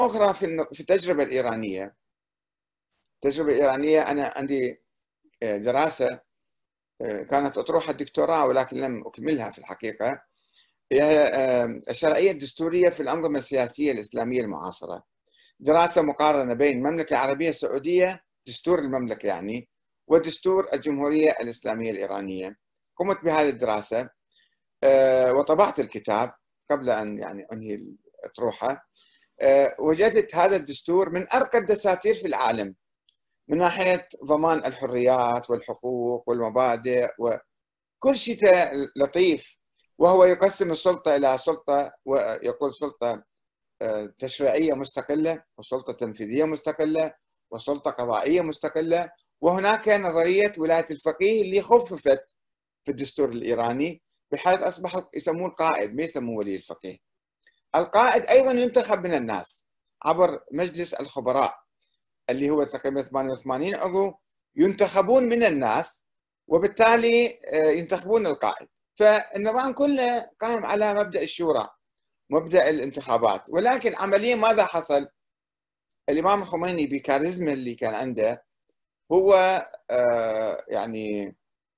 أخرى في التجربة الإيرانية. التجربة الإيرانية أنا عندي دراسة كانت أطروحة الدكتوراه ولكن لم أكملها في الحقيقة، هي الشرعية الدستورية في الأنظمة السياسية الإسلامية المعاصرة. دراسة مقارنة بين المملكة العربية السعودية، دستور المملكة يعني، ودستور الجمهورية الإسلامية الإيرانية. قمت بهذه الدراسة وطبعت الكتاب قبل أن يعني أنهي الأطروحة. وجدت هذا الدستور من أرقى الدساتير في العالم من ناحية ضمان الحريات والحقوق والمبادئ وكل شيء لطيف، وهو يقسم السلطة إلى سلطة، ويقول سلطة تشريعية مستقلة وسلطة تنفيذية مستقلة وسلطة قضائية مستقلة. وهناك نظرية ولاية الفقيه اللي خففت في الدستور الإيراني بحيث أصبح يسموه القائد، ما يسموه ولي الفقيه. القائد أيضا ينتخب من الناس عبر مجلس الخبراء اللي هو تقريبا 88 عضو ينتخبون من الناس، وبالتالي ينتخبون القائد. فالنظام كله قائم على مبدأ الشورى، مبدأ الانتخابات. ولكن عمليا ماذا حصل؟ الإمام الخميني بكاريزما اللي كان عنده هو يعني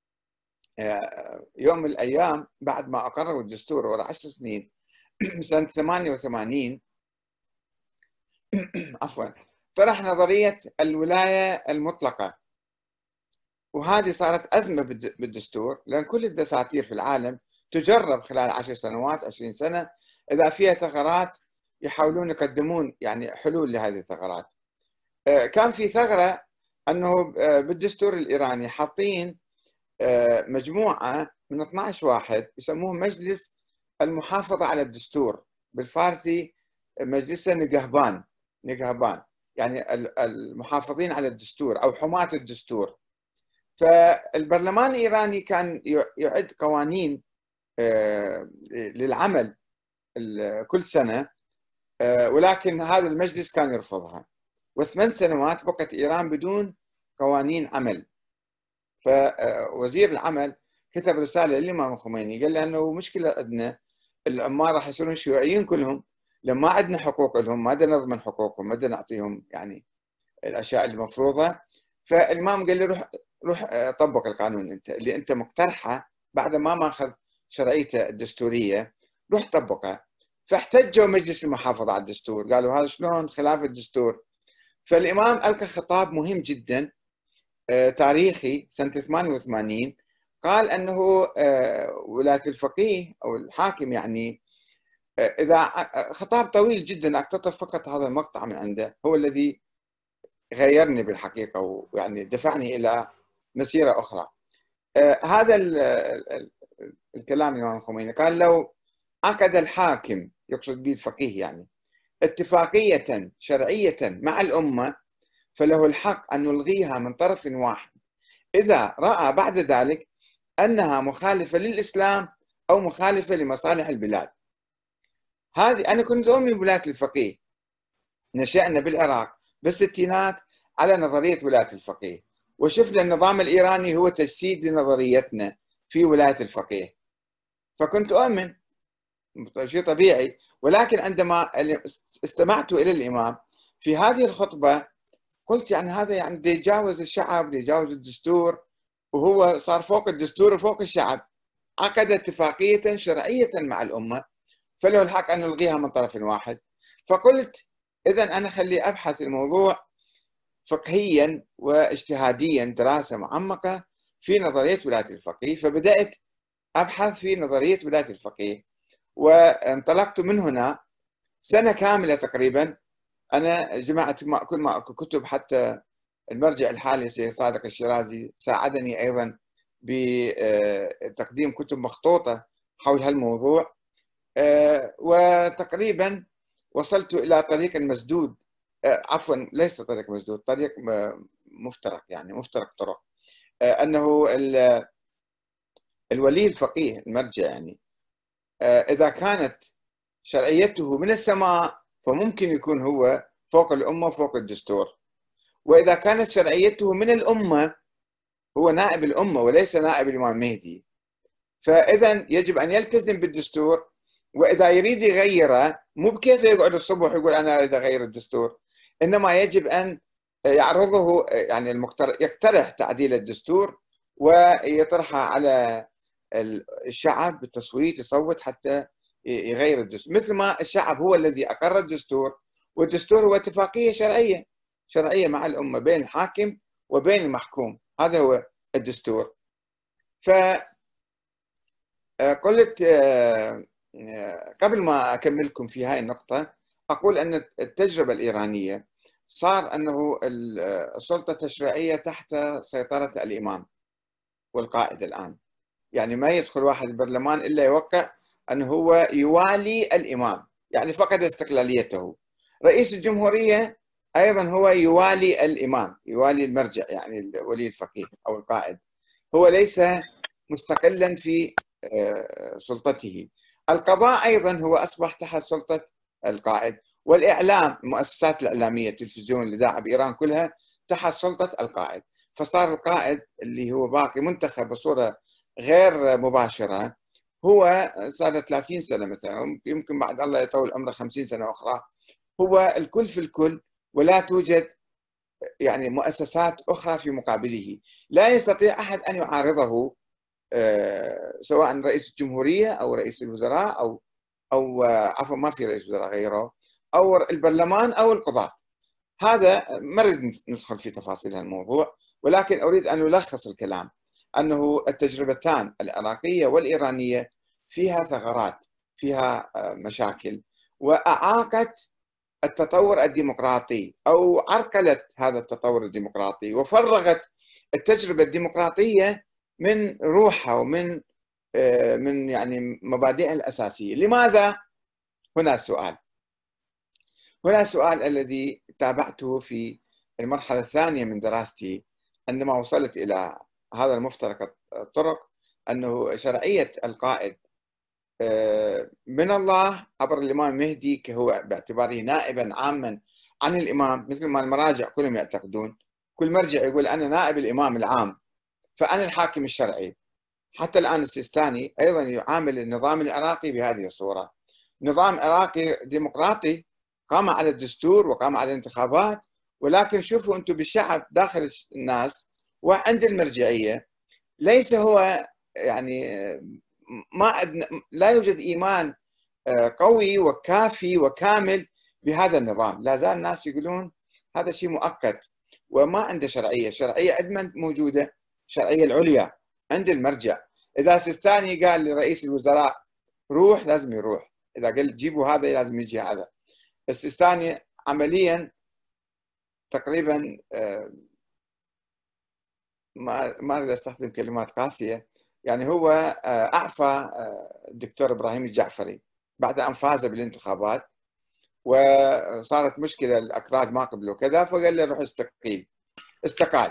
يوم من الأيام بعد ما أقروا الدستور ورا 10 سنين سنة 88 عفوا، طرح نظرية الولاية المطلقة. وهذه صارت أزمة بالدستور، لأن كل الدساتير في العالم تجرب خلال 10 سنوات 20 سنة، إذا فيها ثغرات يحاولون يقدمون يعني حلول لهذه الثغرات. كان في ثغرة أنه بالدستور الإيراني حاطين مجموعة من 12 واحد يسموه مجلس المحافظة على الدستور، بالفارسي مجلس نقهبان، يعني المحافظين على الدستور أو حماة الدستور. فالبرلمان الإيراني كان يعد قوانين للعمل كل سنة، ولكن هذا المجلس كان يرفضها، و8 سنوات بقت إيران بدون قوانين عمل. فوزير العمل كتب رسالة للإمام الخميني قال له أنه مشكلة عندنا، العمال راح يصيرون شيوعيين كلهم لما ما عندنا حقوق لهم، ما بدنا نضمن حقوقهم، ما بدنا نعطيهم يعني الأشياء المفروضة. فالإمام قال له روح طبق القانون أنت اللي أنت مقترحه بعد ما ماخذ شرعيته الدستورية، روح طبقه. فاحتجوا مجلس المحافظة على الدستور، قالوا هذا شلون خلاف الدستور. فالإمام ألقى خطاب مهم جدا تاريخي سنة 88، قال أنه ولاية الفقيه أو الحاكم يعني إذا خطاب طويل جدا أقتطف فقط هذا المقطع من عنده، هو الذي غيرني بالحقيقة ويعني دفعني إلى مسيرة أخرى. هذا الكلام الإمام الخميني قال لو عقد الحاكم، يقصد به الفقيه يعني، اتفاقية شرعية مع الأمة فله الحق أن يلغيها من طرف واحد إذا رأى بعد ذلك أنها مخالفة للإسلام أو مخالفة لمصالح البلاد. هذه أنا كنت أؤمن بولاية الفقيه، نشأنا بالعراق بالستينات على نظرية ولاية الفقيه، وشفنا النظام الإيراني هو تجسيد لنظريتنا في ولاية الفقيه، فكنت أؤمن شيء طبيعي. ولكن عندما استمعت إلى الإمام في هذه الخطبة قلت يعني هذا يعني بده يتجاوز الشعب، بده يتجاوز الدستور، وهو صار فوق الدستور وفوق الشعب. عقد اتفاقية شرعية مع الأمة فله الحق أن يلغيها من طرف واحد. فقلت إذن أنا خلي أبحث الموضوع فقهيا واجتهاديا، دراسة معمقة في نظرية ولاية الفقيه. فبدأت أبحث في نظرية ولاية الفقيه، وانطلقت من هنا سنة كاملة تقريبا. أنا جمعت كل ما أكو كتب، حتى المرجع الحالي سيد صادق الشيرازي ساعدني أيضا بتقديم كتب مخطوطة حول هالموضوع. وتقريبا وصلت إلى طريق مسدود، عفوا ليس طريق مسدود، طريق مفترق، يعني مفترق طرق. أنه الولي الفقيه المرجع يعني إذا كانت شرعيته من السماء فممكن يكون هو فوق الأمة وفوق الدستور، وإذا كانت شرعيته من الأمة هو نائب الأمة وليس نائب الإمام المهدي، فإذا يجب أن يلتزم بالدستور وإذا يريد يغيره مو بكيف يقعد الصبح يقول أنا أريد أغير الدستور، إنما يجب أن يعرضه، يعني يقترح تعديل الدستور ويطرحه على الشعب بالتصويت، يصوت حتى يغير الدستور، مثل ما الشعب هو الذي أقر الدستور، والدستور هو اتفاقية شرعية مع الأمة بين الحاكم وبين المحكوم، هذا هو الدستور. فقلت قبل ما أكملكم في هاي النقطة أقول أن التجربة الإيرانية صار أنه السلطة التشريعية تحت سيطرة الإمام والقائد الآن، يعني ما يدخل واحد البرلمان إلا يوقع أنه هو يوالي الإمام، يعني فقد استقلاليته. رئيس الجمهورية أيضا هو يوالي الإمام، يوالي المرجع، يعني ولي الفقيه أو القائد، هو ليس مستقلا في سلطته. القضاء أيضا هو أصبح تحت سلطة القائد، والإعلام، المؤسسات الإعلامية، التلفزيون، الإذاعة بإيران كلها تحت سلطة القائد. فصار القائد اللي هو باقي منتخب بصورة غير مباشرة، هو صار 30 سنة مثلا، يمكن بعد الله يطول عمره 50 سنة أخرى، هو الكل في الكل، ولا توجد يعني مؤسسات أخرى في مقابله. لا يستطيع أحد أن يعارضه، سواء رئيس الجمهورية أو رئيس الوزراء أو عفوا ما في رئيس وزراء غيره، أو البرلمان أو القضاة. هذا ما نريد ندخل في تفاصيل الموضوع، ولكن أريد أن ألخص الكلام أنه التجربتان العراقية والإيرانية فيها ثغرات، فيها مشاكل، وأعاقت التطور الديمقراطي أو عرقلت هذا التطور الديمقراطي، وفرغت التجربة الديمقراطية من روحها ومن من يعني مبادئها الأساسية. لماذا؟ هنا السؤال، هنا السؤال الذي تابعته في المرحلة الثانية من دراستي عندما وصلت إلى هذا المفترق الطرق، أنه شرعية القائد من الله عبر الإمام المهدي، كهو باعتباره نائبا عاما عن الإمام، مثل ما المراجع كلهم يعتقدون، كل مرجع يقول أنا نائب الإمام العام فأنا الحاكم الشرعي. حتى الآن السيستاني أيضا يعامل النظام العراقي بهذه الصورة، نظام عراقي ديمقراطي قام على الدستور وقام على الانتخابات، ولكن شوفوا أنتم بالشعب داخل الناس وعند المرجعية ليس هو يعني ما لا يوجد إيمان قوي وكافي وكامل بهذا النظام. لا زال الناس يقولون هذا شيء مؤقت وما عنده شرعية. شرعية عندما موجودة، الشرعية العليا عند المرجع. إذا سيستاني قال لرئيس الوزراء روح لازم يروح، إذا قال جيبوا هذا لازم يجي هذا. السيستاني عمليا تقريبا ما أريد أستخدم كلمات قاسية، يعني هو أعفى الدكتور إبراهيم الجعفري بعد أن فاز بالانتخابات، وصارت مشكلة الأكراد ما قبلوا كذا، فقال له روح استقال.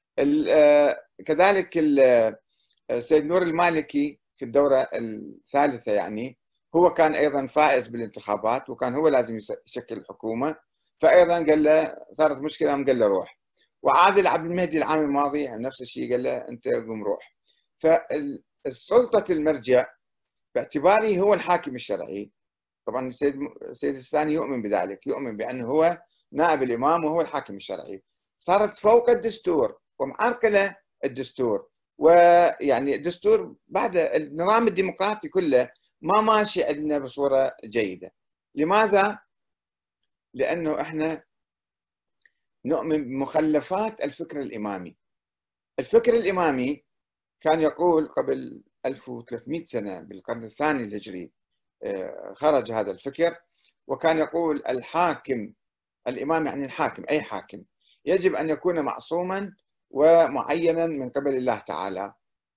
كذلك السيد نور المالكي في الدورة الثالثة، يعني هو كان أيضا فائز بالانتخابات وكان هو لازم يشكل الحكومة، فأيضا قال له صارت مشكلة، قال له روح. وعادل عبد المهدي العام الماضي يعني نفس الشيء، قال له أنت قم روح. فالسلطة المرجع باعتباره هو الحاكم الشرعي، طبعا السيد الثاني يؤمن بذلك، يؤمن بأنه هو نائب الإمام وهو الحاكم الشرعي، صارت فوق الدستور ومعرقلة الدستور. ويعني الدستور بعد النظام الديمقراطي كله ما ماشي عندنا بصورة جيدة. لماذا؟ لأنه إحنا نؤمن بمخلفات الفكر الإمامي. الفكر الإمامي كان يقول قبل 1300 سنة بالقرن الثاني الهجري، خرج هذا الفكر، وكان يقول الحاكم، الإمام يعني الحاكم، أي حاكم يجب أن يكون معصوما ومعينا من قبل الله تعالى.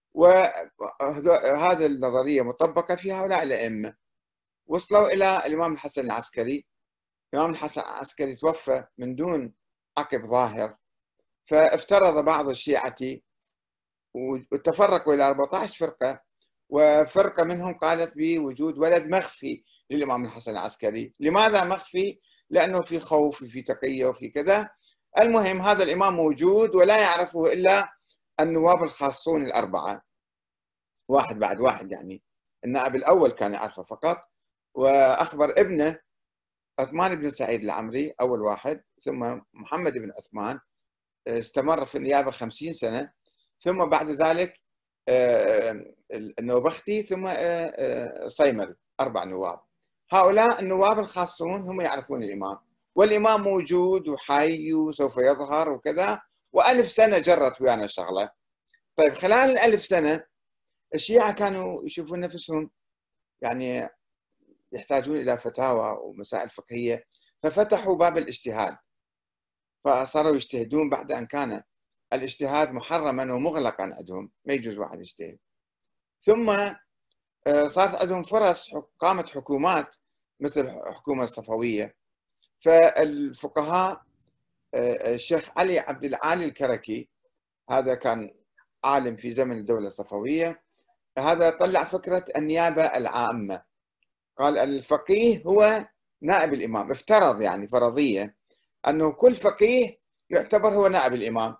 وهذه النظرية مطبقة في هؤلاء الأئمة. وصلوا إلى الإمام الحسن العسكري. الإمام الحسن العسكري توفى من دون عقب ظاهر، فافترض بعض الشيعة وتفرقوا إلى 14 فرقة، وفرقة منهم قالت بوجود ولد مخفي للإمام الحسن العسكري. لماذا مخفي؟ لأنه في خوف وفي تقية وفي كذا. المهم هذا الإمام موجود ولا يعرفه إلا النواب الخاصون الأربعة، واحد بعد واحد، يعني النائب الأول كان يعرفه فقط، وأخبر ابنه عثمان بن سعيد العمري أول واحد، ثم محمد بن عثمان، استمر في النيابة 50 سنة، ثم بعد ذلك النوبختي، ثم صيمري، 4 نواب. هؤلاء النواب الخاصون هم يعرفون الإمام، والإمام موجود وحي وسوف يظهر وكذا، و1000 سنة جرت ويانا الشغلة. طيب خلال ال1000 سنة الشيعة كانوا يشوفون نفسهم يعني يحتاجون إلى فتاوى ومسائل فقهية، ففتحوا باب الاجتهاد، فصاروا يجتهدون بعد أن كان الاجتهاد محرما ومغلقا عندهم، ما يجوز واحد يجتهد. ثم صارت عندهم فرص، قامت حكومات مثل الحكومة الصفوية، فالفقهاء الشيخ علي عبد العالي الكركي، هذا كان عالم في زمن الدولة الصفوية، هذا طلع فكرة النيابة العامة. قال الفقيه هو نائب الإمام، افترض يعني فرضية أنه كل فقيه يعتبر هو نائب الإمام،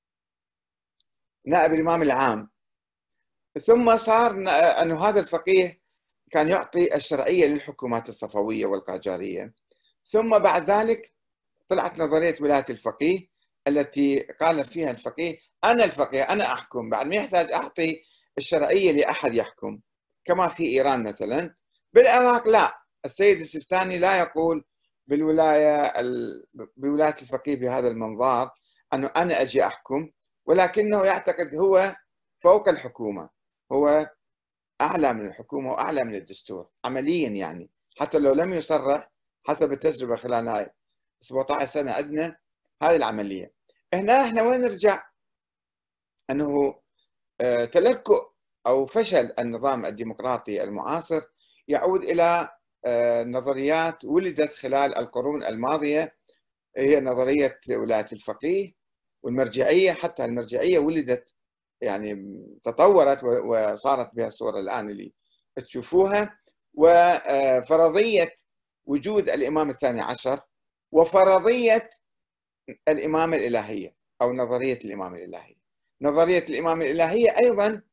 نائب الإمام العام. ثم صار أنه هذا الفقيه كان يعطي الشرعية للحكومات الصفوية والقاجارية. ثم بعد ذلك طلعت نظرية ولاية الفقيه التي قال فيها الفقيه أنا الفقيه، أنا أحكم، بعد ما يحتاج أعطي الشرعية لأحد يحكم، كما في إيران مثلا. بالعراق لا، السيد السيستاني لا يقول بولاية الفقيه بهذا المنظار أنه أنا أجي أحكم، ولكنه يعتقد هو فوق الحكومة، هو أعلى من الحكومة وأعلى من الدستور عمليا، يعني حتى لو لم يصرح حسب التجربة خلال هاي 17 سنة عندنا هذه العملية. هنا احنا وين نرجع؟ أنه تلكؤ أو فشل النظام الديمقراطي المعاصر يعود إلى نظريات ولدت خلال القرون الماضية، هي نظرية ولاية الفقيه والمرجعية. حتى المرجعية ولدت يعني تطورت وصارت بها الصورة الآن اللي تشوفوها، وفرضية وجود الإمام الثاني عشر، وفرضية الإمامة الإلهية أو نظرية الإمامة الإلهية. نظرية الإمامة الإلهية أيضا